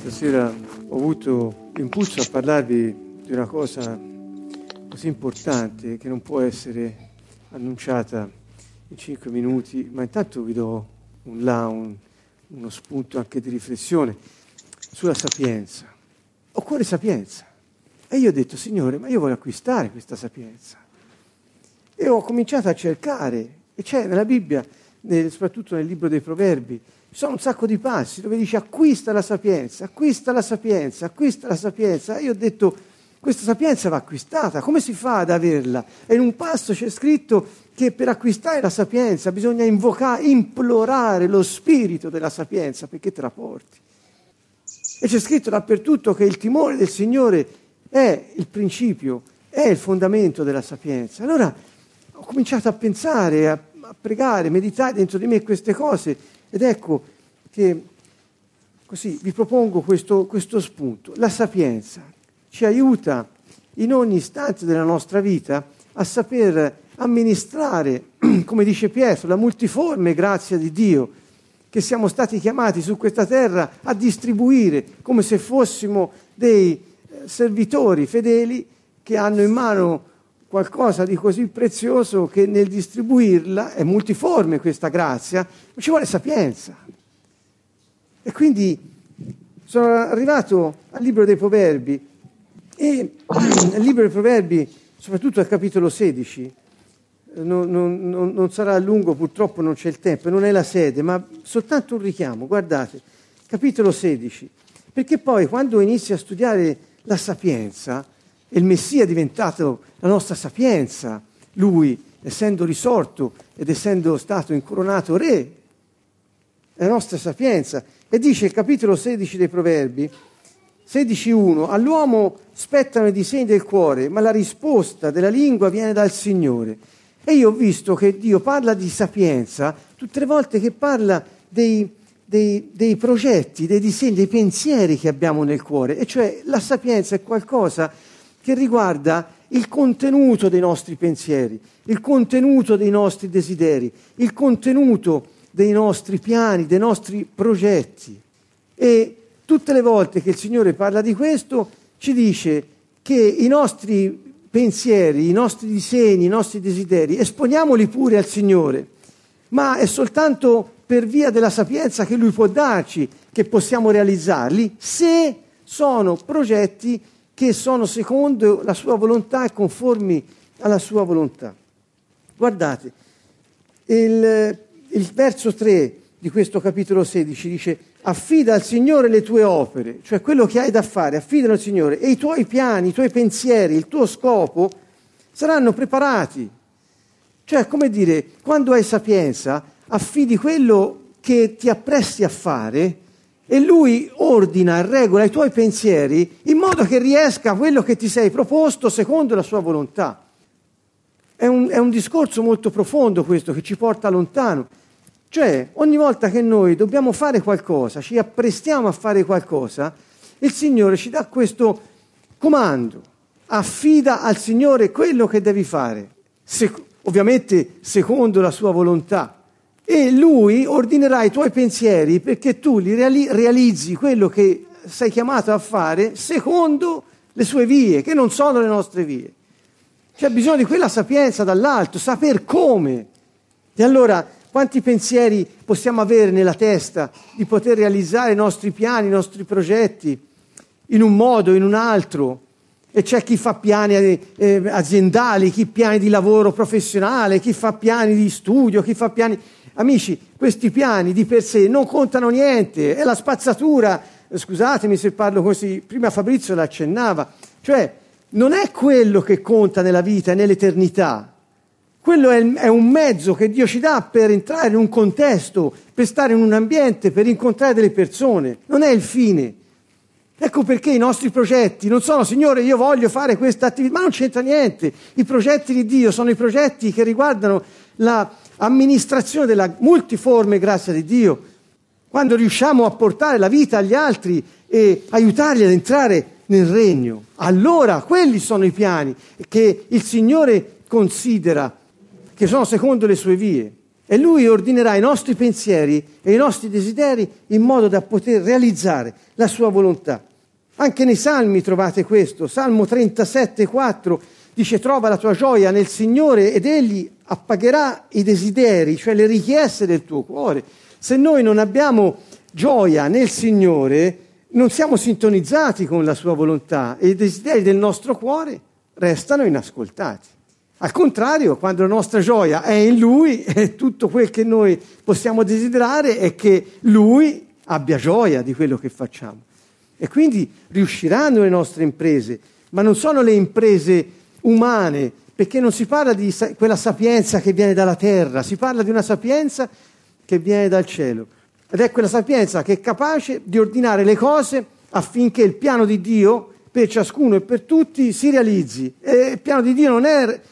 Stasera ho avuto l'impulso a parlarvi di una cosa così importante che non può essere annunciata in 5 minuti, ma intanto vi do uno spunto anche di riflessione sulla sapienza. Occorre sapienza. E io ho detto, Signore, ma io voglio acquistare questa sapienza. E ho cominciato a cercare, e c'è nella Bibbia, soprattutto nel libro dei Proverbi, ci sono un sacco di passi dove dice acquista la sapienza, acquista la sapienza, acquista la sapienza. E io ho detto, questa sapienza va acquistata, come si fa ad averla? E in un passo c'è scritto che per acquistare la sapienza bisogna implorare lo spirito della sapienza perché te la porti. E c'è scritto dappertutto che il timore del Signore è il principio, è il fondamento della sapienza. Allora ho cominciato a pensare, a pregare, meditare dentro di me queste cose. Ed ecco che così vi propongo questo spunto. La sapienza ci aiuta in ogni istante della nostra vita a saper amministrare, come dice Pietro, la multiforme grazia di Dio che siamo stati chiamati su questa terra a distribuire come se fossimo dei servitori fedeli che hanno in mano qualcosa di così prezioso che nel distribuirla è multiforme questa grazia, ma ci vuole sapienza. E quindi sono arrivato al libro dei Proverbi e nel libro dei Proverbi, soprattutto al capitolo 16, non sarà lungo, purtroppo non c'è il tempo, non è la sede, ma soltanto un richiamo, guardate, capitolo 16, perché poi quando inizi a studiare la sapienza, il Messia è diventato la nostra sapienza, lui essendo risorto ed essendo stato incoronato re, è la nostra sapienza. E dice il capitolo 16 dei Proverbi, 16:1, all'uomo spettano i disegni del cuore, ma la risposta della lingua viene dal Signore. E io ho visto che Dio parla di sapienza tutte le volte che parla dei progetti, dei disegni, dei pensieri che abbiamo nel cuore. E cioè la sapienza è qualcosa che riguarda il contenuto dei nostri pensieri, il contenuto dei nostri desideri, il contenuto dei nostri piani, dei nostri progetti. E tutte le volte che il Signore parla di questo, ci dice che i nostri pensieri, i nostri disegni, i nostri desideri, esponiamoli pure al Signore, ma è soltanto per via della sapienza che Lui può darci che possiamo realizzarli, se sono progetti che sono secondo la sua volontà e conformi alla sua volontà. Guardate, il verso 3 di questo capitolo 16 dice affida al Signore le tue opere, cioè quello che hai da fare, affidalo al Signore e i tuoi piani, i tuoi pensieri, il tuo scopo saranno preparati. Cioè, come dire, quando hai sapienza, affidi quello che ti appresti a fare e Lui ordina e regola i tuoi pensieri in modo che riesca a quello che ti sei proposto secondo la sua volontà. È un discorso molto profondo questo, che ci porta lontano. Cioè, ogni volta che noi dobbiamo fare qualcosa, ci apprestiamo a fare qualcosa, il Signore ci dà questo comando. Affida al Signore quello che devi fare, ovviamente secondo la sua volontà. E Lui ordinerà i tuoi pensieri perché tu li realizzi quello che sei chiamato a fare secondo le sue vie, che non sono le nostre vie. C'è bisogno di quella sapienza dall'alto, saper come. E allora, quanti pensieri possiamo avere nella testa di poter realizzare i nostri piani, i nostri progetti, in un modo o in un altro? E c'è chi fa piani aziendali, chi piani di lavoro professionale, chi fa piani di studio, chi fa piani... Amici, questi piani di per sé non contano niente, è la spazzatura, scusatemi se parlo così, prima Fabrizio l'accennava, cioè non è quello che conta nella vita e nell'eternità, quello è un mezzo che Dio ci dà per entrare in un contesto, per stare in un ambiente, per incontrare delle persone, non è il fine. Ecco perché i nostri progetti non sono, Signore, io voglio fare questa attività, ma non c'entra niente. I progetti di Dio sono i progetti che riguardano la amministrazione della multiforme grazia di Dio, quando riusciamo a portare la vita agli altri e aiutarli ad entrare nel regno, allora quelli sono i piani che il Signore considera, che sono secondo le sue vie. E Lui ordinerà i nostri pensieri e i nostri desideri in modo da poter realizzare la sua volontà. Anche nei Salmi trovate questo. Salmo 37,4 dice: trova la tua gioia nel Signore ed Egli appagherà i desideri, cioè le richieste del tuo cuore. Se noi non abbiamo gioia nel Signore, non siamo sintonizzati con la sua volontà e i desideri del nostro cuore restano inascoltati. Al contrario, quando la nostra gioia è in Lui, tutto quel che noi possiamo desiderare è che Lui abbia gioia di quello che facciamo. E quindi riusciranno le nostre imprese, ma non sono le imprese umane, perché non si parla di quella sapienza che viene dalla terra, si parla di una sapienza che viene dal cielo. Ed è quella sapienza che è capace di ordinare le cose affinché il piano di Dio per ciascuno e per tutti si realizzi. E il piano di Dio non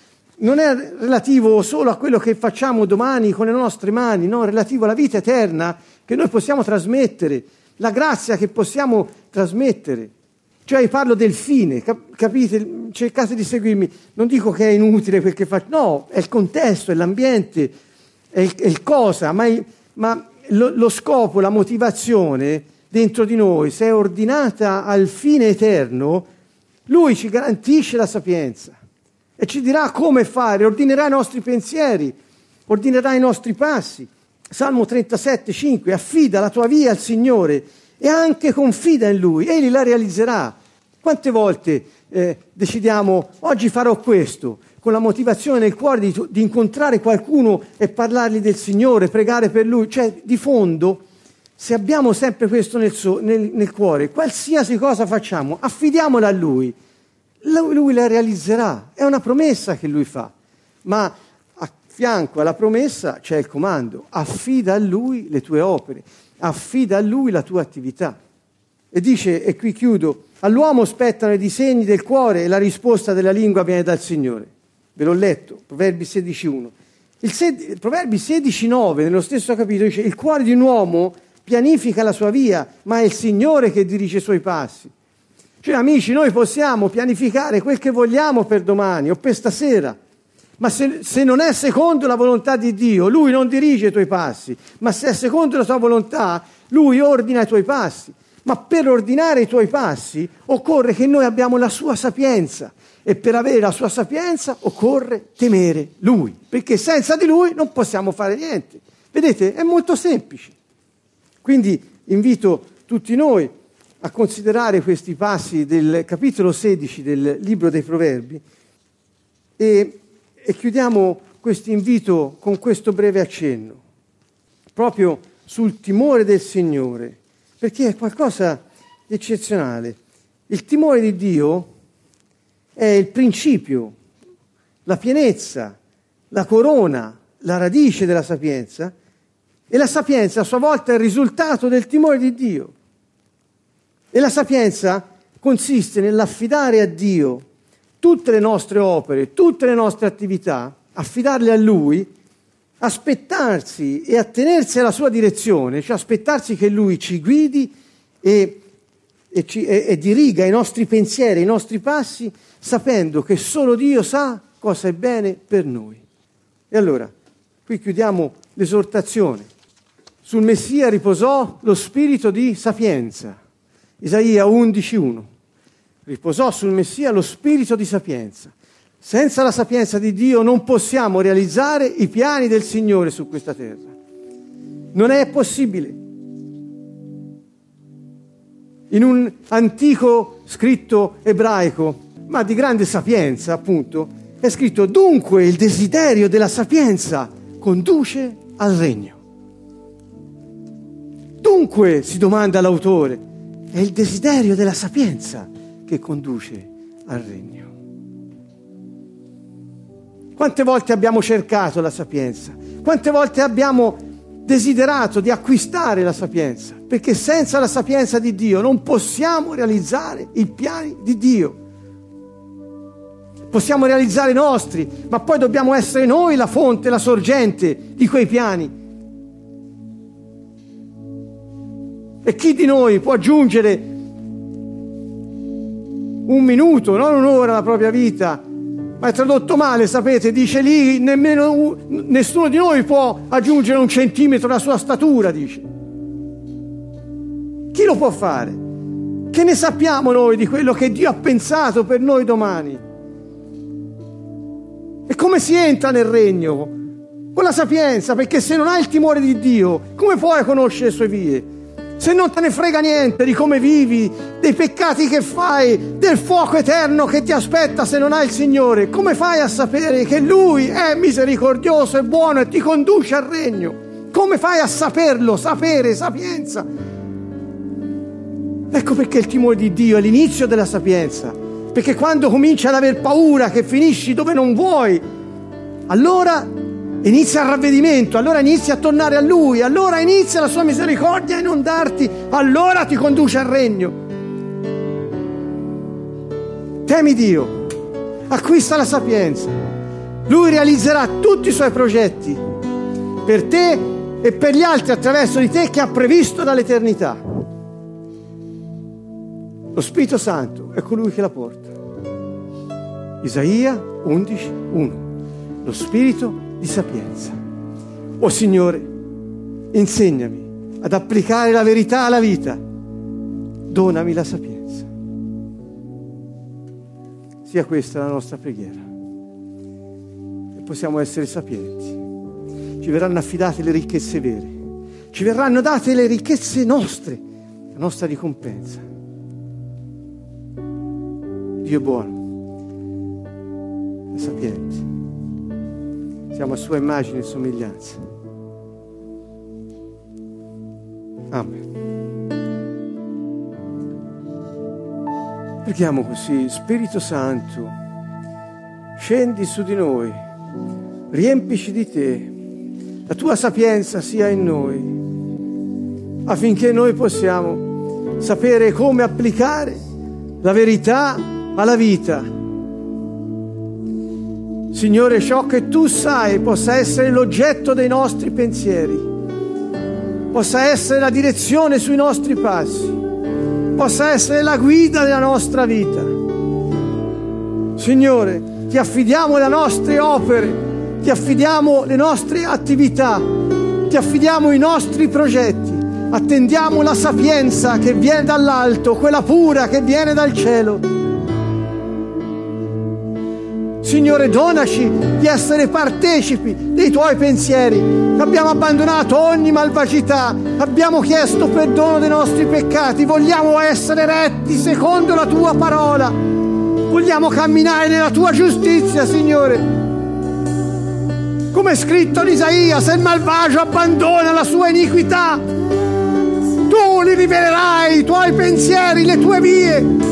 è relativo solo a quello che facciamo domani con le nostre mani, no, è relativo alla vita eterna che noi possiamo trasmettere, la grazia che possiamo trasmettere. Cioè parlo del fine, capite? Cercate di seguirmi. Non dico che è inutile quel che faccio, no, è il contesto, è l'ambiente, è il cosa, ma lo scopo, la motivazione dentro di noi, se è ordinata al fine eterno, Lui ci garantisce la sapienza e ci dirà come fare, ordinerà i nostri pensieri, ordinerà i nostri passi. Salmo 37,5: affida la tua via al Signore e anche confida in Lui, Egli la realizzerà. Quante volte decidiamo, oggi farò questo, con la motivazione nel cuore di incontrare qualcuno e parlargli del Signore, pregare per Lui, cioè di fondo, se abbiamo sempre questo nel cuore, qualsiasi cosa facciamo, affidiamola a Lui, Lui la realizzerà, è una promessa che Lui fa, ma a fianco alla promessa c'è il comando: affida a Lui le tue opere, affida a Lui la tua attività. E dice, e qui chiudo: all'uomo spettano i disegni del cuore e la risposta della lingua viene dal Signore. Ve l'ho letto, Proverbi 16,1. Proverbi 16,9, nello stesso capitolo, dice: il cuore di un uomo pianifica la sua via, ma è il Signore che dirige i suoi passi. Cioè, amici, noi possiamo pianificare quel che vogliamo per domani o per stasera, ma se non è secondo la volontà di Dio, Lui non dirige i tuoi passi, ma se è secondo la sua volontà, Lui ordina i tuoi passi. Ma per ordinare i tuoi passi occorre che noi abbiamo la sua sapienza, e per avere la sua sapienza occorre temere Lui, perché senza di Lui non possiamo fare niente. Vedete, è molto semplice. Quindi invito tutti noi a considerare questi passi del capitolo 16 del libro dei Proverbi e chiudiamo questo invito con questo breve accenno, proprio sul timore del Signore, perché è qualcosa di eccezionale. Il timore di Dio è il principio, la pienezza, la corona, la radice della sapienza, e la sapienza a sua volta è il risultato del timore di Dio. E la sapienza consiste nell'affidare a Dio tutte le nostre opere, tutte le nostre attività, affidarle a Lui, aspettarsi e attenersi alla sua direzione, cioè aspettarsi che Lui ci guidi e diriga i nostri pensieri, i nostri passi, sapendo che solo Dio sa cosa è bene per noi. E allora, qui chiudiamo l'esortazione. Sul Messia riposò lo spirito di sapienza. Isaia 11,1. Riposò sul Messia lo spirito di sapienza. Senza la sapienza di Dio non possiamo realizzare i piani del Signore su questa terra. Non è possibile. In un antico scritto ebraico, ma di grande sapienza appunto, è scritto: dunque il desiderio della sapienza conduce al regno. Dunque, si domanda l'autore, è il desiderio della sapienza che conduce al regno. Quante volte abbiamo cercato la sapienza? Quante volte abbiamo desiderato di acquistare la sapienza? Perché senza la sapienza di Dio non possiamo realizzare i piani di Dio. Possiamo realizzare i nostri, ma poi dobbiamo essere noi la fonte, la sorgente di quei piani. E chi di noi può aggiungere un minuto, non un'ora alla propria vita, Ma è tradotto male, sapete, dice lì nemmeno nessuno di noi può aggiungere 1 centimetro alla sua statura, dice. Chi lo può fare? Che ne sappiamo noi di quello che Dio ha pensato per noi domani? E come si entra nel regno? Con la sapienza, perché se non hai il timore di Dio, come puoi conoscere le sue vie? Se non te ne frega niente di come vivi, dei peccati che fai, del fuoco eterno che ti aspetta se non hai il Signore, come fai a sapere che Lui è misericordioso e buono e ti conduce al regno? Come fai a saperlo? Sapere, sapienza. Ecco perché il timore di Dio è l'inizio della sapienza, perché quando cominci ad aver paura che finisci dove non vuoi, allora inizia il ravvedimento, allora inizia a tornare a Lui, allora inizia la sua misericordia a inondarti, allora ti conduce al regno. Temi Dio, acquista la sapienza, Lui realizzerà tutti i suoi progetti per te e per gli altri attraverso di te che ha previsto dall'eternità. Lo Spirito Santo è colui che la porta. Isaia 11:1. Lo Spirito di sapienza. Oh Signore, insegnami ad applicare la verità alla vita. Donami la sapienza. Sia questa la nostra preghiera. E possiamo essere sapienti. Ci verranno affidate le ricchezze vere. Ci verranno date le ricchezze nostre, la nostra ricompensa. Dio è buono, è sapiente. Siamo a sua immagine e somiglianza. Amen. Preghiamo così: Spirito Santo, scendi su di noi, riempici di te, la tua sapienza sia in noi, affinché noi possiamo sapere come applicare la verità alla vita. Signore, ciò che tu sai possa essere l'oggetto dei nostri pensieri, possa essere la direzione sui nostri passi, possa essere la guida della nostra vita. Signore, ti affidiamo le nostre opere, ti affidiamo le nostre attività, ti affidiamo i nostri progetti, attendiamo la sapienza che viene dall'alto, quella pura che viene dal cielo. Signore, donaci di essere partecipi dei tuoi pensieri. Abbiamo abbandonato ogni malvagità, abbiamo chiesto perdono dei nostri peccati, vogliamo essere retti secondo la tua parola, vogliamo camminare nella tua giustizia, Signore. Come è scritto in Isaia, se il malvagio abbandona la sua iniquità, tu gli rivelerai i tuoi pensieri, le tue vie.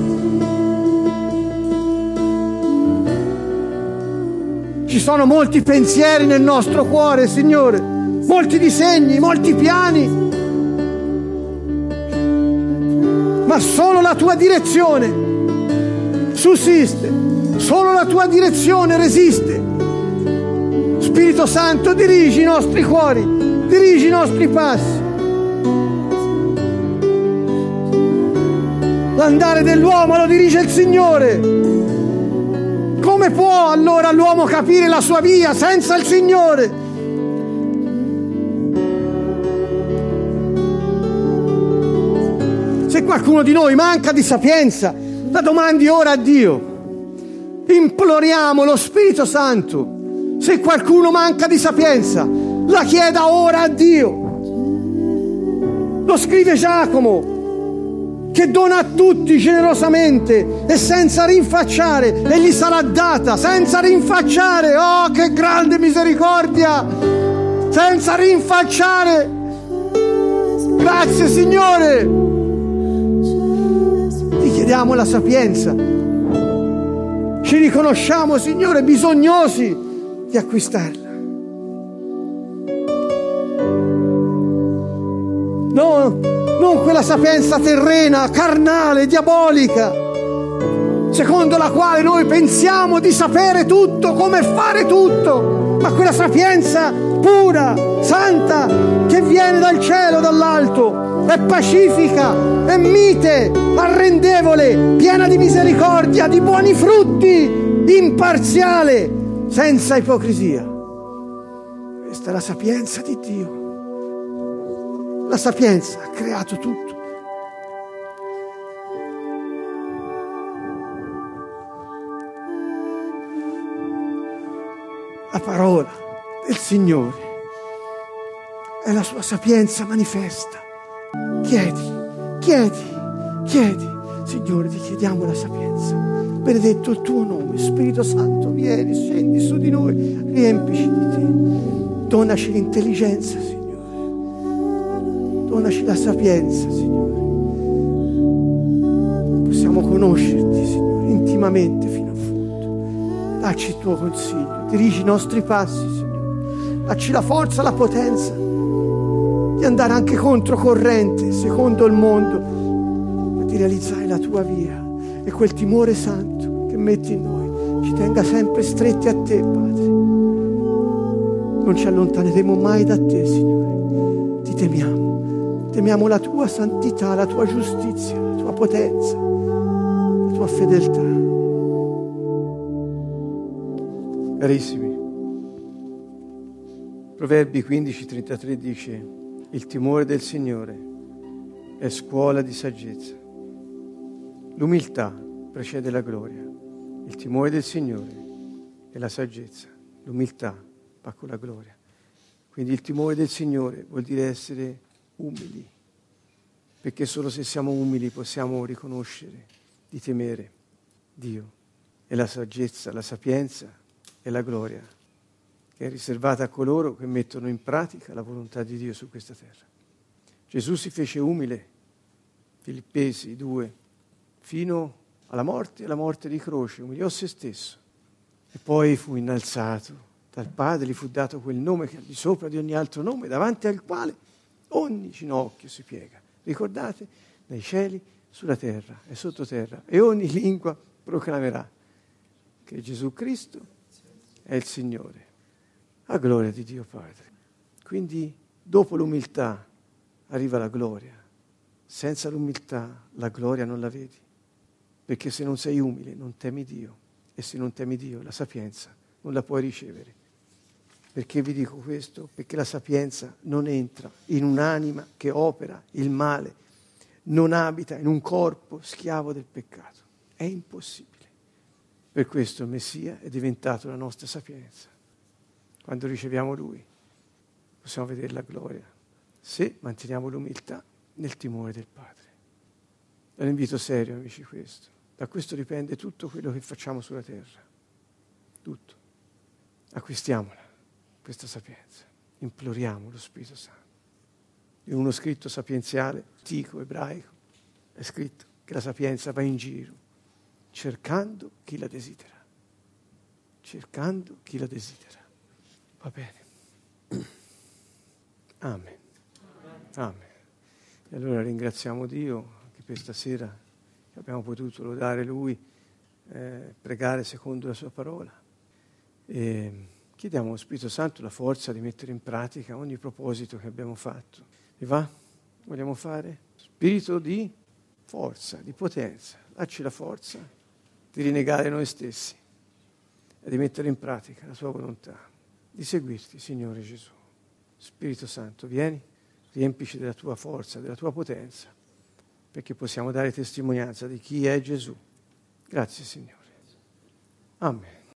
Ci sono molti pensieri nel nostro cuore, Signore, molti disegni, molti piani, ma solo la tua direzione sussiste, solo la tua direzione resiste. Spirito Santo, dirigi i nostri cuori, dirigi i nostri passi. L'andare dell'uomo lo dirige il Signore. Come può allora l'uomo capire la sua via senza il Signore? Se qualcuno di noi manca di sapienza, la domandi ora a Dio. Imploriamo lo Spirito Santo. Se qualcuno manca di sapienza, la chieda ora a Dio. Lo scrive Giacomo, che dona a tutti generosamente e senza rinfacciare, e gli sarà data senza rinfacciare. Oh, che grande misericordia! Senza rinfacciare. Grazie, Signore. Ti chiediamo la sapienza. Ci riconosciamo, Signore, bisognosi di acquistarla. Non quella sapienza terrena, carnale, diabolica, secondo la quale noi pensiamo di sapere tutto, come fare tutto, ma quella sapienza pura, santa, che viene dal cielo, dall'alto, è pacifica, è mite, arrendevole, piena di misericordia, di buoni frutti, imparziale, senza ipocrisia. Questa è la sapienza di Dio. La sapienza ha creato tutto. La parola del Signore è la sua sapienza manifesta. Chiedi. Signore, ti chiediamo la sapienza. Benedetto il tuo nome, Spirito Santo, vieni, scendi su di noi, riempici di te. Donaci l'intelligenza, Signore. Donaci la sapienza, Signore. Possiamo conoscerti, Signore, intimamente fino a fondo. Dacci il tuo consiglio, dirigi i nostri passi, Signore. Dacci la forza, la potenza di andare anche controcorrente, secondo il mondo, di realizzare la tua via, e quel timore santo che metti in noi ci tenga sempre stretti a te, Padre. Non ci allontaneremo mai da te, Signore. Ti temiamo la tua santità, la tua giustizia, la tua potenza, la tua fedeltà. Carissimi, Proverbi 15:33 dice: il timore del Signore è scuola di saggezza. L'umiltà precede la gloria. Il timore del Signore è la saggezza. L'umiltà va con la gloria. Quindi il timore del Signore vuol dire essere umili, perché solo se siamo umili possiamo riconoscere di temere Dio. E la saggezza, la sapienza e la gloria che è riservata a coloro che mettono in pratica la volontà di Dio su questa terra. Gesù si fece umile, Filippesi 2, fino alla morte e alla morte di croce, umiliò se stesso e poi fu innalzato dal Padre, gli fu dato quel nome che è al di sopra di ogni altro nome, davanti al quale ogni ginocchio si piega. Ricordate? Nei cieli, sulla terra e sottoterra, e ogni lingua proclamerà che Gesù Cristo è il Signore, a gloria di Dio Padre. Quindi dopo l'umiltà arriva la gloria. Senza l'umiltà la gloria non la vedi, perché se non sei umile non temi Dio, e se non temi Dio la sapienza non la puoi ricevere. Perché vi dico questo? Perché la sapienza non entra in un'anima che opera il male, non abita in un corpo schiavo del peccato. È impossibile. Per questo il Messia è diventato la nostra sapienza. Quando riceviamo Lui possiamo vedere la gloria, se manteniamo l'umiltà nel timore del Padre. È un invito serio, amici, questo. Da questo dipende tutto quello che facciamo sulla terra. Tutto. Acquistiamola, questa sapienza. Imploriamo lo Spirito Santo. In uno scritto sapienziale, antico, ebraico, è scritto che la sapienza va in giro, cercando chi la desidera. Cercando chi la desidera. Va bene. Amen. Amen. E allora ringraziamo Dio anche per stasera che abbiamo potuto lodare Lui, pregare secondo la Sua parola. E chiediamo allo Spirito Santo la forza di mettere in pratica ogni proposito che abbiamo fatto. Vi va? Vogliamo fare? Spirito di forza, di potenza. Dacci la forza di rinnegare noi stessi e di mettere in pratica la Sua volontà, di seguirti, Signore Gesù. Spirito Santo, vieni, riempici della Tua forza, della Tua potenza, perché possiamo dare testimonianza di chi è Gesù. Grazie, Signore. Amen.